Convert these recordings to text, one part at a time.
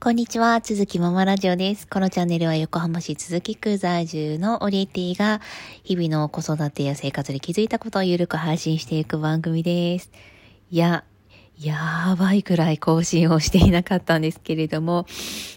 こんにちは、鈴木ママラジオです。このチャンネルは横浜市都筑区在住のオリエティが日々の子育てや生活で気づいたことをゆるく配信していく番組です。やばいくらい更新をしていなかったんですけれども、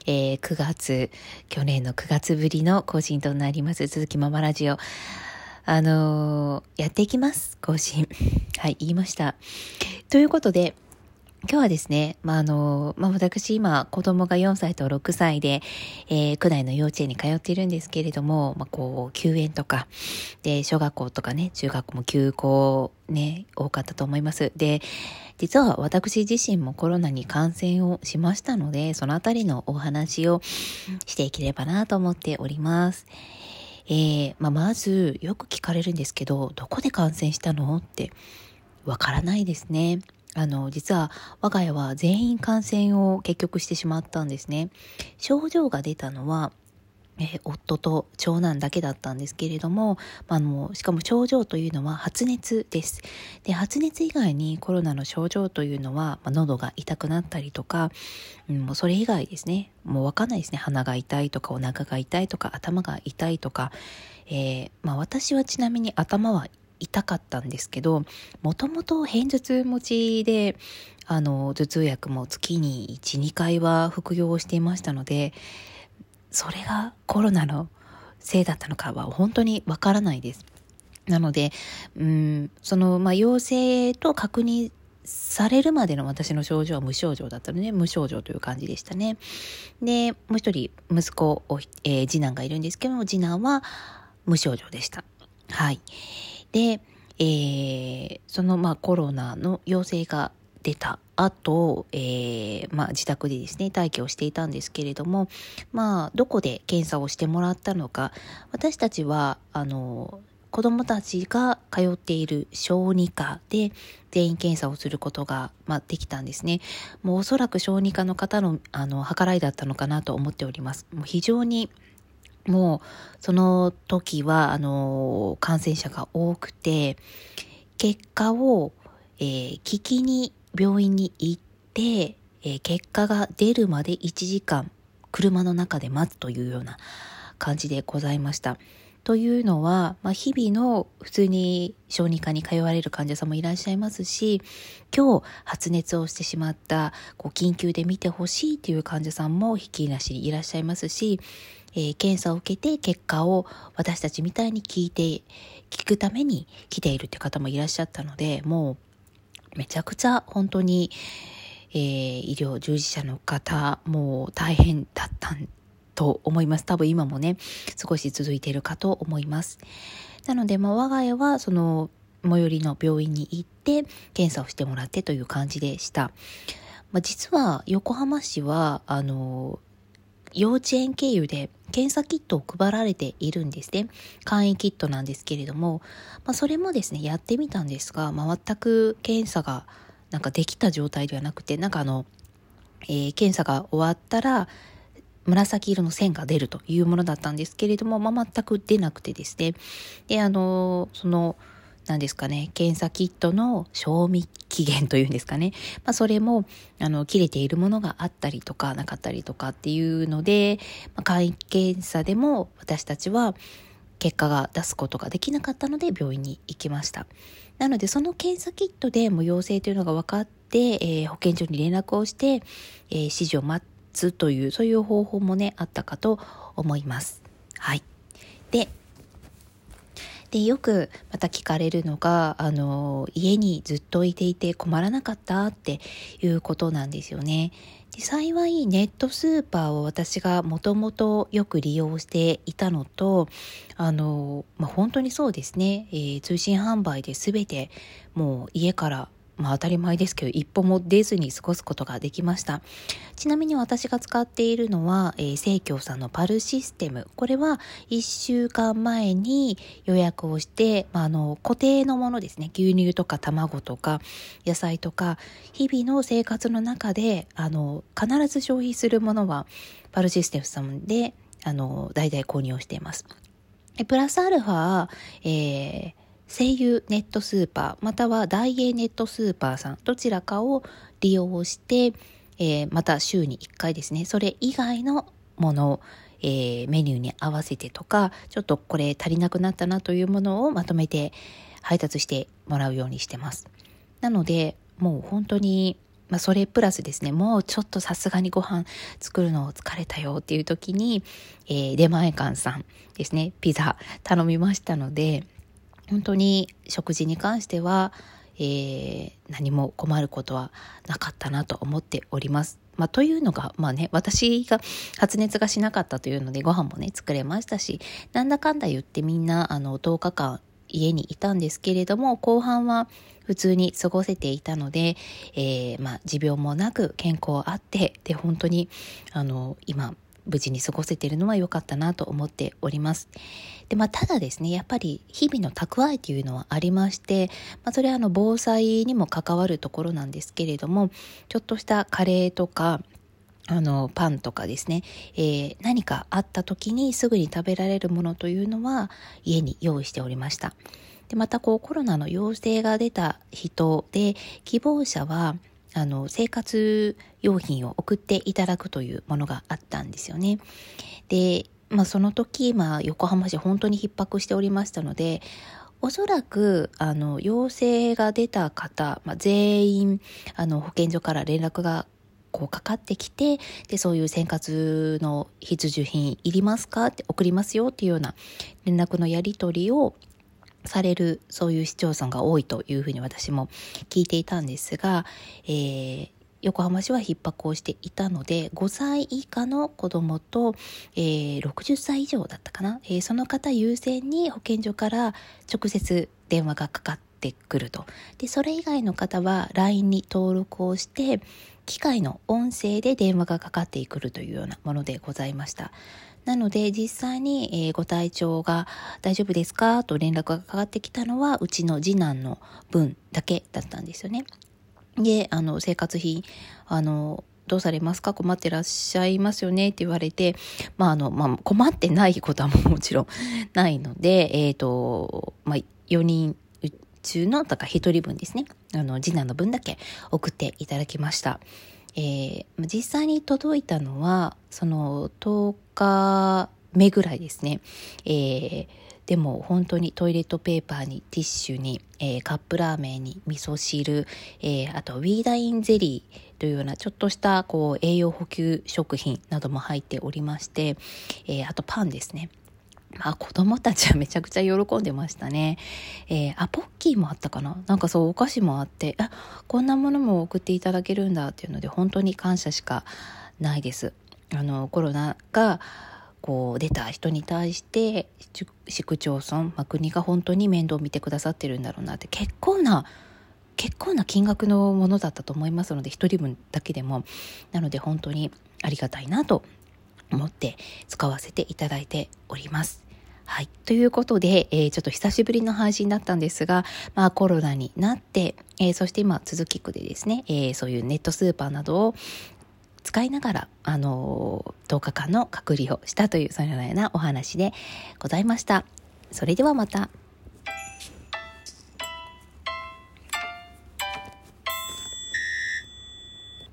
去年の9月ぶりの更新となります、鈴木ママラジオ。やっていきます、更新。はい、言いました。ということで、今日はですね、私今子供が4歳と6歳で、区内の幼稚園に通っているんですけれども、休園とか、で、小学校とかね、中学校も休校ね、多かったと思います。で、実は私自身もコロナに感染をしましたので、そのあたりのお話をしていければなと思っております。まずよく聞かれるんですけど、どこで感染したのってわからないですね。実は我が家は全員感染を結局してしまったんですね。症状が出たのは、夫と長男だけだったんですけれども、しかも症状というのは発熱です。で、発熱以外にコロナの症状というのは、喉が痛くなったりとか、もうそれ以外ですね、もうわかんないですね。鼻が痛いとか、お腹が痛いとか、頭が痛いとか、私はちなみに頭は痛かったんですけど、もともと片頭痛持ちで、頭痛薬も月に1、2回は服用をしていましたので、それがコロナのせいだったのかは本当にわからないです。なので、陽性と確認されるまでの私の症状は無症状だったので、無症状という感じでしたね。で、もう一人息子、次男がいるんですけども、次男は無症状でした。はい。で、コロナの陽性が出た後、自宅でですね、待機をしていたんですけれども、どこで検査をしてもらったのか、私たちは、子供たちが通っている小児科で全員検査をすることが、できたんですね。もうおそらく小児科の方の、計らいだったのかなと思っております。もう非常にもうその時は感染者が多くて、結果を、聞きに病院に行って、結果が出るまで1時間車の中で待つというような感じでございました。というのは、日々の普通に小児科に通われる患者さんもいらっしゃいますし、今日発熱をしてしまった緊急で見てほしいという患者さんもひっきりなしにいらっしゃいますし、検査を受けて結果を私たちみたいに聞くために来ているという方もいらっしゃったので、もうめちゃくちゃ本当に、医療従事者の方もう大変だったと思います。多分今もね少し続いているかと思います。なので我が家はその最寄りの病院に行って検査をしてもらってという感じでした。実は横浜市は幼稚園経由で検査キットを配られているんですね。簡易キットなんですけれども、それもですねやってみたんですが、全く検査ができた状態ではなくて、検査が終わったら紫色の線が出るというものだったんですけれども、全く出なくてですね。で、何ですかね、検査キットの賞味期限というんですかね。それも、切れているものがあったりとかなかったりとかっていうので、簡易検査でも私たちは結果が出すことができなかったので病院に行きました。なので、その検査キットでもう陽性というのが分かって、保健所に連絡をして、指示を待つという、そういう方法もね、あったかと思います。はい。で、よくまた聞かれるのが、家にずっといていて困らなかったっていうことなんですよね。で、幸いネットスーパーを私がもともとよく利用していたのと、本当にそうですね、通信販売で全てもう家から当たり前ですけど一歩も出ずに過ごすことができました。ちなみに私が使っているのは、生協さんのパルシステム。これは1週間前に予約をして、固定のものですね。牛乳とか卵とか野菜とか日々の生活の中で必ず消費するものはパルシステムさんで大々購入をしています。プラスアルファ、西友ネットスーパーまたはダイエーネットスーパーさんどちらかを利用して、 また週に1回ですね、それ以外のものを、メニューに合わせてとか、ちょっとこれ足りなくなったなというものをまとめて配達してもらうようにしてます。なのでもう本当に、それプラスですね、もうちょっとさすがにご飯作るの疲れたよっていう時に、出前館さんですね、ピザ頼みましたので、本当に食事に関しては、何も困ることはなかったなと思っております。というのが、私が発熱がしなかったというのでご飯もね作れましたし、なんだかんだ言ってみんな10日間家にいたんですけれども、後半は普通に過ごせていたので、持病もなく健康あって、で本当に今無事に過ごせているのは良かったなと思っております。で、ただですね、やっぱり日々の蓄えというのはありまして、それは防災にも関わるところなんですけれども、ちょっとしたカレーとかパンとかですね、何かあった時にすぐに食べられるものというのは家に用意しておりました。で、またコロナの陽性が出た人で、希望者は生活用品を送っていただくというものがあったんですよね。で、その時、横浜市本当に逼迫しておりましたので、おそらく陽性が出た方、全員保健所から連絡がかかってきて、でそういう生活の必需品いりますかって送りますよっていうような連絡のやり取りをされる、そういう市町村が多いというふうに私も聞いていたんですが、横浜市は逼迫をしていたので、5歳以下の子どもと、60歳以上だったかな、その方優先に保健所から直接電話がかかってくると。でそれ以外の方は LINE に登録をして機械の音声で電話がかかってくるというようなものでございました。なので実際に、ご体調が大丈夫ですかと連絡がかかってきたのはうちの次男の分だけだったんですよね。で、生活費どうされますか、困ってらっしゃいますよねって言われて、困ってないことはもちろんないので、4人中のだから1人分ですね、次男の分だけ送っていただきました。実際に届いたのはその10日目ぐらいですね。でも本当にトイレットペーパーにティッシュに、カップラーメンに味噌汁、あとウィーダインゼリーというようなちょっとした栄養補給食品なども入っておりまして、あとパンですね。子供たちはめちゃくちゃ喜んでましたね。ポッキーもあったかな、そうお菓子もあって、こんなものも送っていただけるんだっていうので本当に感謝しかないです。コロナが出た人に対して市区町村、国が本当に面倒を見てくださってるんだろうなって、結構な金額のものだったと思いますので、一人分だけでも。なので本当にありがたいなと思って使わせていただいております。はい。ということで、ちょっと久しぶりの配信だったんですが、コロナになって、そして今続き区でですね、そういうネットスーパーなどを使いながら、10日間の隔離をしたという、そのようなお話でございました。それではまた。